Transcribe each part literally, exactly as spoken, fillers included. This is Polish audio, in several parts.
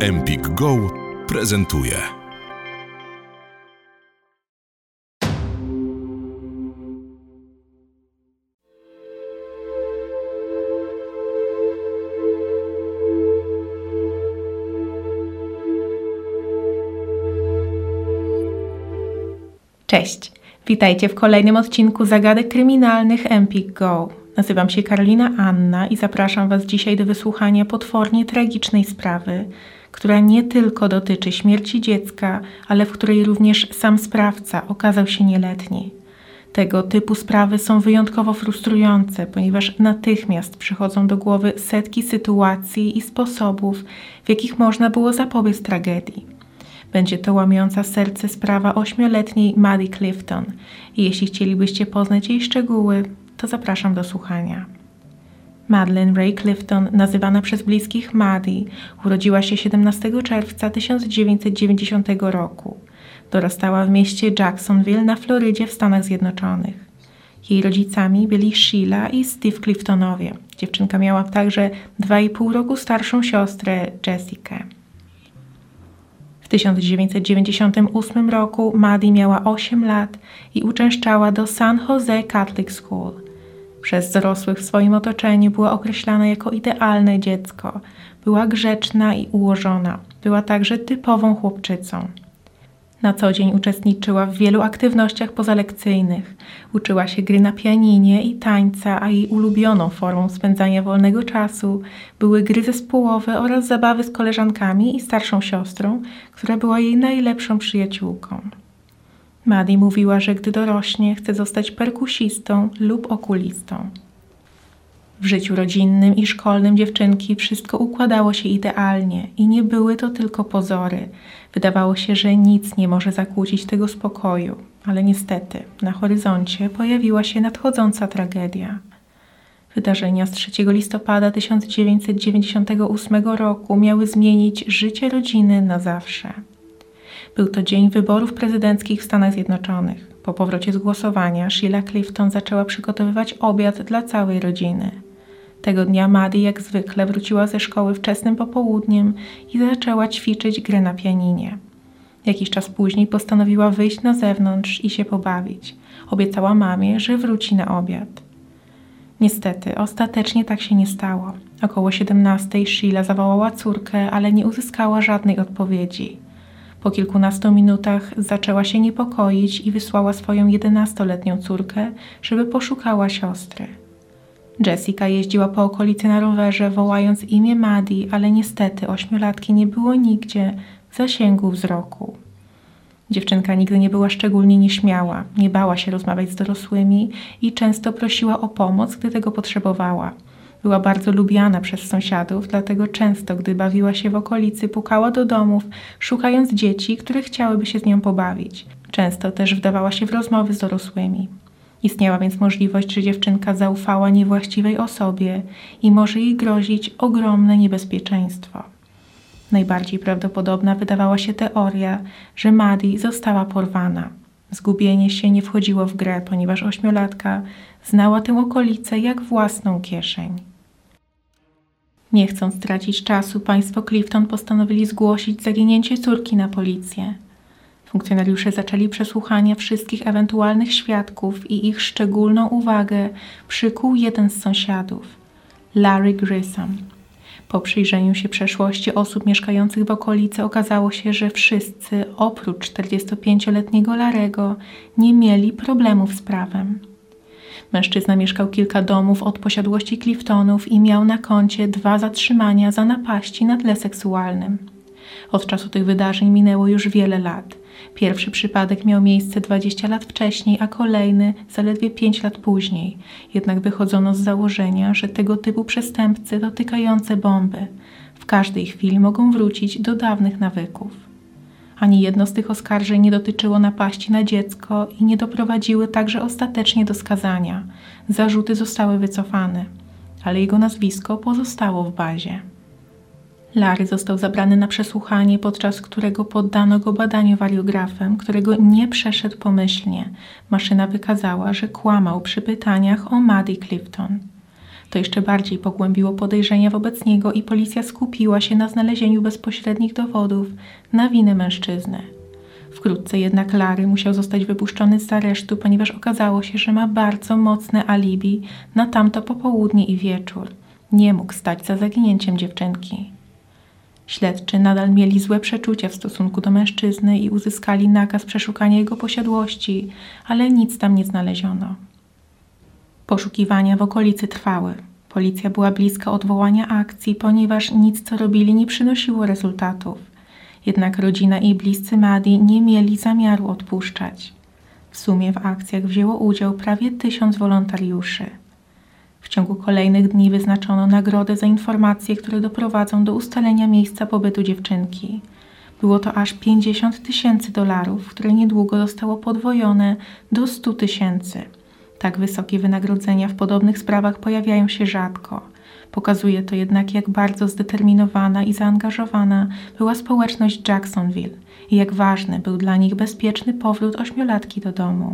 Empik Go prezentuje. Cześć, witajcie w kolejnym odcinku Zagadek Kryminalnych Empik Go. Nazywam się Karolina Anna i zapraszam Was dzisiaj do wysłuchania potwornie tragicznej sprawy, która nie tylko dotyczy śmierci dziecka, ale w której również sam sprawca okazał się nieletni. Tego typu sprawy są wyjątkowo frustrujące, ponieważ natychmiast przychodzą do głowy setki sytuacji i sposobów, w jakich można było zapobiec tragedii. Będzie to łamiąca serce sprawa ośmioletniej Maddie Clifton i jeśli chcielibyście poznać jej szczegóły, to zapraszam do słuchania. Madeleine Ray Clifton, nazywana przez bliskich Maddie, urodziła się siedemnastego czerwca tysiąc dziewięćset dziewięćdziesiątego roku. Dorastała w mieście Jacksonville na Florydzie w Stanach Zjednoczonych. Jej rodzicami byli Sheila i Steve Cliftonowie. Dziewczynka miała także dwa i pół roku starszą siostrę Jessikę. W tysiąc dziewięćset dziewięćdziesiątym ósmym roku Maddie miała osiem lat i uczęszczała do San Jose Catholic School. Przez dorosłych w swoim otoczeniu była określana jako idealne dziecko. Była grzeczna i ułożona. Była także typową chłopczycą. Na co dzień uczestniczyła w wielu aktywnościach pozalekcyjnych. Uczyła się gry na pianinie i tańca, a jej ulubioną formą spędzania wolnego czasu były gry zespołowe oraz zabawy z koleżankami i starszą siostrą, która była jej najlepszą przyjaciółką. Maddie mówiła, że gdy dorośnie, chce zostać perkusistą lub okulistą. W życiu rodzinnym i szkolnym dziewczynki wszystko układało się idealnie i nie były to tylko pozory. Wydawało się, że nic nie może zakłócić tego spokoju, ale niestety na horyzoncie pojawiła się nadchodząca tragedia. Wydarzenia z trzeciego listopada tysiąc dziewięćset dziewięćdziesiątego ósmego roku miały zmienić życie rodziny na zawsze. Był to dzień wyborów prezydenckich w Stanach Zjednoczonych. Po powrocie z głosowania Sheila Clifton zaczęła przygotowywać obiad dla całej rodziny. Tego dnia Maddie jak zwykle wróciła ze szkoły wczesnym popołudniem i zaczęła ćwiczyć grę na pianinie. Jakiś czas później postanowiła wyjść na zewnątrz i się pobawić. Obiecała mamie, że wróci na obiad. Niestety, ostatecznie tak się nie stało. Około siedemnastej Sheila zawołała córkę, ale nie uzyskała żadnej odpowiedzi. Po kilkunastu minutach zaczęła się niepokoić i wysłała swoją jedenastoletnią córkę, żeby poszukała siostry. Jessica jeździła po okolicy na rowerze, wołając imię Maddie, ale niestety ośmiolatki nie było nigdzie w zasięgu wzroku. Dziewczynka nigdy nie była szczególnie nieśmiała, nie bała się rozmawiać z dorosłymi i często prosiła o pomoc, gdy tego potrzebowała. Była bardzo lubiana przez sąsiadów, dlatego często, gdy bawiła się w okolicy, pukała do domów, szukając dzieci, które chciałyby się z nią pobawić. Często też wdawała się w rozmowy z dorosłymi. Istniała więc możliwość, że dziewczynka zaufała niewłaściwej osobie i może jej grozić ogromne niebezpieczeństwo. Najbardziej prawdopodobna wydawała się teoria, że Maddie została porwana. Zgubienie się nie wchodziło w grę, ponieważ ośmiolatka znała tę okolicę jak własną kieszeń. Nie chcąc tracić czasu, państwo Clifton postanowili zgłosić zaginięcie córki na policję. Funkcjonariusze zaczęli przesłuchania wszystkich ewentualnych świadków i ich szczególną uwagę przykuł jeden z sąsiadów, Larry Grissom. Po przyjrzeniu się przeszłości osób mieszkających w okolicy okazało się, że wszyscy oprócz czterdziestopięcioletniego Larego nie mieli problemów z prawem. Mężczyzna mieszkał kilka domów od posiadłości Cliftonów i miał na koncie dwa zatrzymania za napaści na tle seksualnym. Od czasu tych wydarzeń minęło już wiele lat. Pierwszy przypadek miał miejsce dwadzieścia lat wcześniej, a kolejny zaledwie pięć lat później. Jednak wychodzono z założenia, że tego typu przestępcy dotykające bomby w każdej chwili mogą wrócić do dawnych nawyków. Ani jedno z tych oskarżeń nie dotyczyło napaści na dziecko i nie doprowadziły także ostatecznie do skazania. Zarzuty zostały wycofane, ale jego nazwisko pozostało w bazie. Larry został zabrany na przesłuchanie, podczas którego poddano go badaniu wariografem, którego nie przeszedł pomyślnie. Maszyna wykazała, że kłamał przy pytaniach o Maddie Clifton. To jeszcze bardziej pogłębiło podejrzenia wobec niego i policja skupiła się na znalezieniu bezpośrednich dowodów na winę mężczyzny. Wkrótce jednak Larry musiał zostać wypuszczony z aresztu, ponieważ okazało się, że ma bardzo mocne alibi na tamto popołudnie i wieczór. Nie mógł stać za zaginięciem dziewczynki. Śledczy nadal mieli złe przeczucia w stosunku do mężczyzny i uzyskali nakaz przeszukania jego posiadłości, ale nic tam nie znaleziono. Poszukiwania w okolicy trwały. Policja była bliska odwołania akcji, ponieważ nic, co robili, nie przynosiło rezultatów. Jednak rodzina i bliscy Maddie nie mieli zamiaru odpuszczać. W sumie w akcjach wzięło udział prawie tysiąc wolontariuszy. W ciągu kolejnych dni wyznaczono nagrodę za informacje, które doprowadzą do ustalenia miejsca pobytu dziewczynki. Było to aż pięćdziesiąt tysięcy dolarów, które niedługo zostało podwojone do stu tysięcy. Tak wysokie wynagrodzenia w podobnych sprawach pojawiają się rzadko. Pokazuje to jednak, jak bardzo zdeterminowana i zaangażowana była społeczność Jacksonville i jak ważny był dla nich bezpieczny powrót ośmiolatki do domu.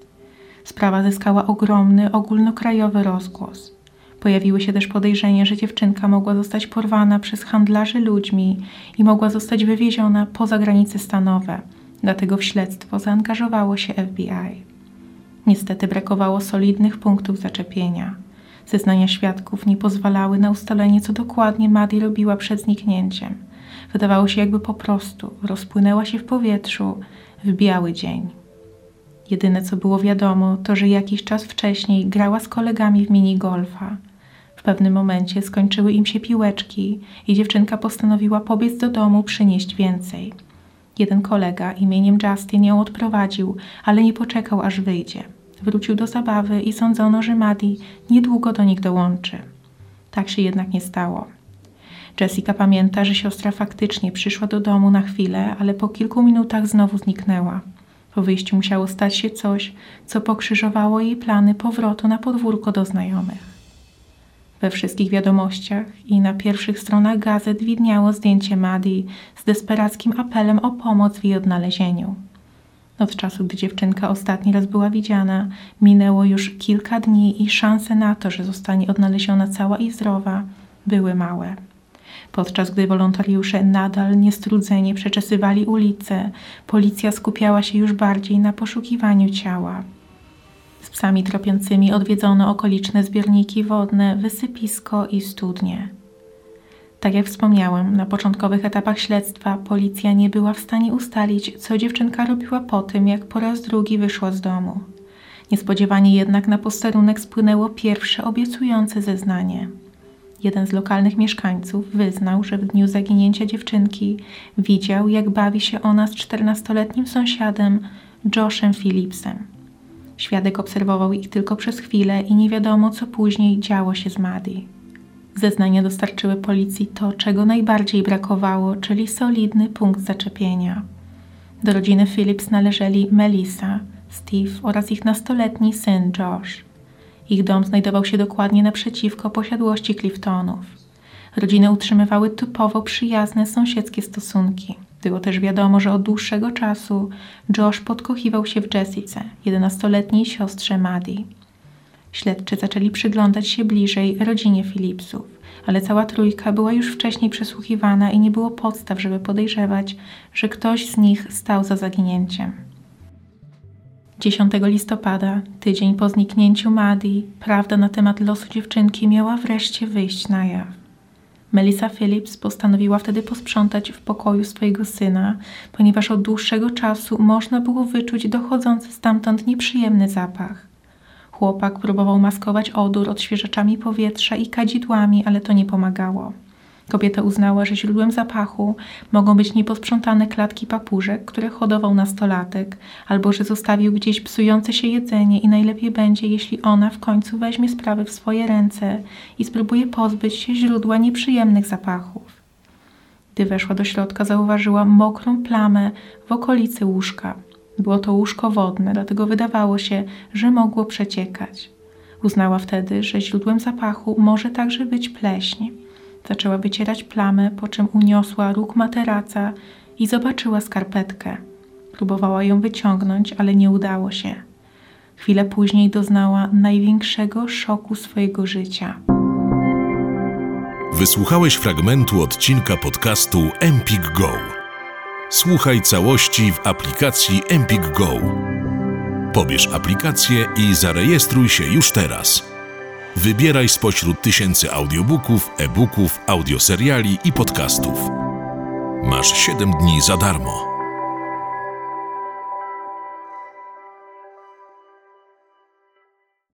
Sprawa zyskała ogromny, ogólnokrajowy rozgłos. Pojawiły się też podejrzenia, że dziewczynka mogła zostać porwana przez handlarzy ludźmi i mogła zostać wywieziona poza granice stanowe. Dlatego w śledztwo zaangażowało się F B I. Niestety brakowało solidnych punktów zaczepienia. Zeznania świadków nie pozwalały na ustalenie, co dokładnie Maddie robiła przed zniknięciem. Wydawało się, jakby po prostu rozpłynęła się w powietrzu w biały dzień. Jedyne, co było wiadomo, to, że jakiś czas wcześniej grała z kolegami w minigolfa. W pewnym momencie skończyły im się piłeczki i dziewczynka postanowiła pobiec do domu przynieść więcej. Jeden kolega imieniem Justin ją odprowadził, ale nie poczekał, aż wyjdzie. Wrócił do zabawy i sądzono, że Maddie niedługo do nich dołączy. Tak się jednak nie stało. Jessica pamięta, że siostra faktycznie przyszła do domu na chwilę, ale po kilku minutach znowu zniknęła. Po wyjściu musiało stać się coś, co pokrzyżowało jej plany powrotu na podwórko do znajomych. We wszystkich wiadomościach i na pierwszych stronach gazet widniało zdjęcie Maddie z desperackim apelem o pomoc w jej odnalezieniu. Od czasu, gdy dziewczynka ostatni raz była widziana, minęło już kilka dni i szanse na to, że zostanie odnaleziona cała i zdrowa, były małe. Podczas gdy wolontariusze nadal niestrudzenie przeczesywali ulice, policja skupiała się już bardziej na poszukiwaniu ciała. Z psami tropiącymi odwiedzono okoliczne zbiorniki wodne, wysypisko i studnie. Tak jak wspomniałem, na początkowych etapach śledztwa policja nie była w stanie ustalić, co dziewczynka robiła po tym, jak po raz drugi wyszła z domu. Niespodziewanie jednak na posterunek spłynęło pierwsze obiecujące zeznanie. Jeden z lokalnych mieszkańców wyznał, że w dniu zaginięcia dziewczynki widział, jak bawi się ona z czternastoletnim sąsiadem Joshem Phillipsem. Świadek obserwował ich tylko przez chwilę i nie wiadomo, co później działo się z Maddie. Zeznania dostarczyły policji to, czego najbardziej brakowało, czyli solidny punkt zaczepienia. Do rodziny Phillips należeli Melissa, Steve oraz ich nastoletni syn Josh. Ich dom znajdował się dokładnie naprzeciwko posiadłości Cliftonów. Rodziny utrzymywały typowo przyjazne sąsiedzkie stosunki. Było też wiadomo, że od dłuższego czasu Josh podkochiwał się w Jessice, jedenastoletniej siostrze Maddie. Śledczy zaczęli przyglądać się bliżej rodzinie Phillipsów, ale cała trójka była już wcześniej przesłuchiwana i nie było podstaw, żeby podejrzewać, że ktoś z nich stał za zaginięciem. dziesiątego listopada, tydzień po zniknięciu Maddie, prawda na temat losu dziewczynki miała wreszcie wyjść na jaw. Melissa Phillips postanowiła wtedy posprzątać w pokoju swojego syna, ponieważ od dłuższego czasu można było wyczuć dochodzący stamtąd nieprzyjemny zapach. Chłopak próbował maskować odór odświeżaczami powietrza i kadzidłami, ale to nie pomagało. Kobieta uznała, że źródłem zapachu mogą być nieposprzątane klatki papużek, które hodował nastolatek, albo że zostawił gdzieś psujące się jedzenie i najlepiej będzie, jeśli ona w końcu weźmie sprawy w swoje ręce i spróbuje pozbyć się źródła nieprzyjemnych zapachów. Gdy weszła do środka, zauważyła mokrą plamę w okolicy łóżka. Było to łóżko wodne, dlatego wydawało się, że mogło przeciekać. Uznała wtedy, że źródłem zapachu może także być pleśń. Zaczęła wycierać plamę, po czym uniosła róg materaca i zobaczyła skarpetkę. Próbowała ją wyciągnąć, ale nie udało się. Chwilę później doznała największego szoku swojego życia. Wysłuchałeś fragmentu odcinka podcastu Empik Go. Słuchaj całości w aplikacji Empik Go. Pobierz aplikację i zarejestruj się już teraz. Wybieraj spośród tysięcy audiobooków, e-booków, audioseriali i podcastów. Masz siedem dni za darmo.